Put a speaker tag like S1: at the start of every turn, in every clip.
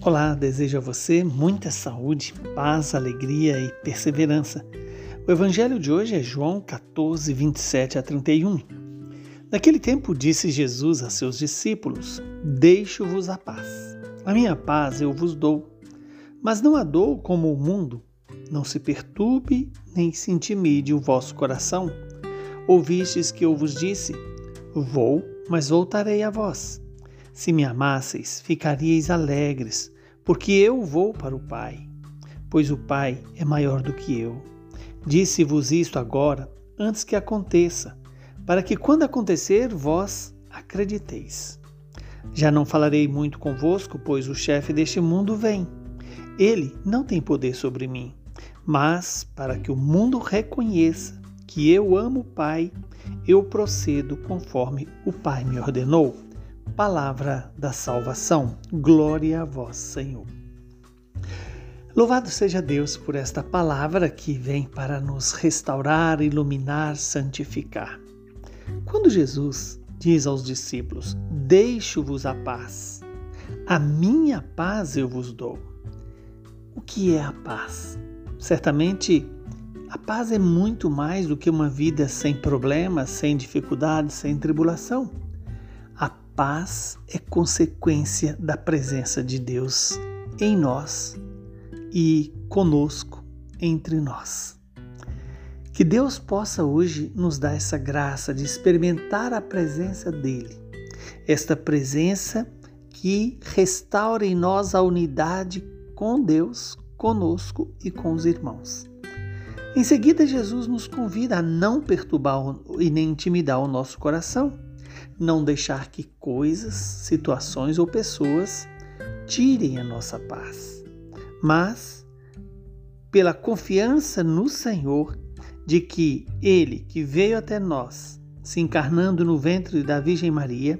S1: Olá, desejo a você muita saúde, paz, alegria e perseverança. O evangelho de hoje é João 14, 27 a 31. Naquele tempo disse Jesus a seus discípulos: Deixo-vos a paz. A minha paz eu vos dou, mas não a dou como o mundo. Não se perturbe nem se intimide o vosso coração. Ouvistes que eu vos disse: Vou, mas voltarei a vós. Se me amasseis, ficaríeis alegres, porque eu vou para o Pai, pois o Pai é maior do que eu. Disse-vos isto agora, antes que aconteça, para que quando acontecer, vós acrediteis. Já não falarei muito convosco, pois o chefe deste mundo vem. Ele não tem poder sobre mim, mas para que o mundo reconheça que eu amo o Pai, eu procedo conforme o Pai me ordenou. Palavra da salvação. Glória a vós, Senhor. Louvado seja Deus por esta palavra que vem para nos restaurar, iluminar, santificar. Quando Jesus diz aos discípulos: Deixo-vos a paz, a minha paz eu vos dou. O que é a paz? Certamente, a paz é muito mais do que uma vida sem problemas, sem dificuldades, sem tribulação. A paz é consequência da presença de Deus em nós e conosco, entre nós. Que Deus possa hoje nos dar essa graça de experimentar a presença dEle. Esta presença que restaura em nós a unidade com Deus, conosco e com os irmãos. Em seguida, Jesus nos convida a não perturbar e nem intimidar o nosso coração. Não deixar que coisas, situações ou pessoas tirem a nossa paz. Mas, pela confiança no Senhor, de que Ele, que veio até nós, se encarnando no ventre da Virgem Maria,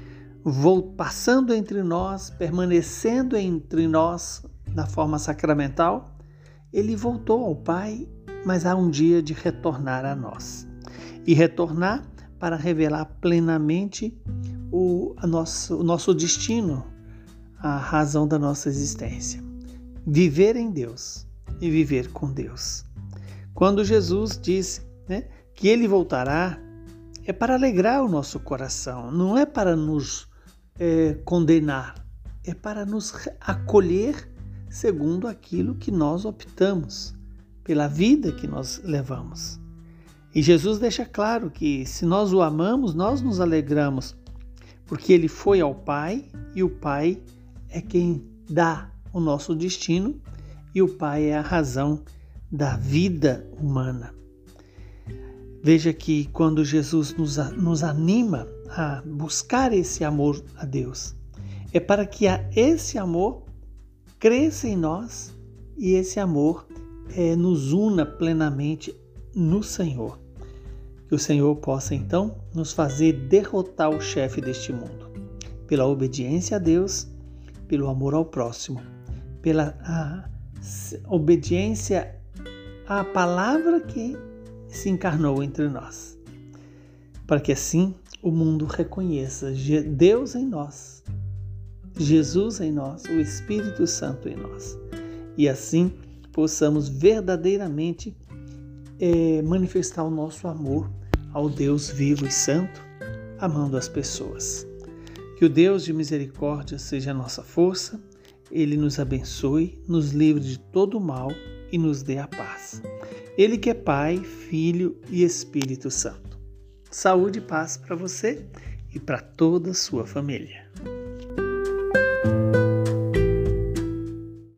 S1: passando entre nós, permanecendo entre nós na forma sacramental, Ele voltou ao Pai, mas há um dia de retornar a nós. E retornar para revelar plenamente o nosso destino, a razão da nossa existência. Viver em Deus e viver com Deus. Quando Jesus disse que Ele voltará, é para alegrar o nosso coração, não é para nos condenar, é para nos acolher segundo aquilo que nós optamos, pela vida que nós levamos. E Jesus deixa claro que se nós o amamos, nós nos alegramos, porque Ele foi ao Pai e o Pai é quem dá o nosso destino e o Pai é a razão da vida humana. Veja que quando Jesus nos anima a buscar esse amor a Deus, é para que esse amor cresça em nós e esse amor nos una plenamente no Senhor. Que o Senhor possa, então, nos fazer derrotar o chefe deste mundo, pela obediência a Deus, pelo amor ao próximo, pela obediência à palavra que se encarnou entre nós, para que assim o mundo reconheça Deus em nós, Jesus em nós, o Espírito Santo em nós, e assim possamos verdadeiramente manifestar o nosso amor ao Deus vivo e santo, amando as pessoas. Que o Deus de misericórdia seja a nossa força, Ele nos abençoe, nos livre de todo o mal e nos dê a paz. Ele que é Pai, Filho e Espírito Santo. Saúde e paz para você e para toda a sua família.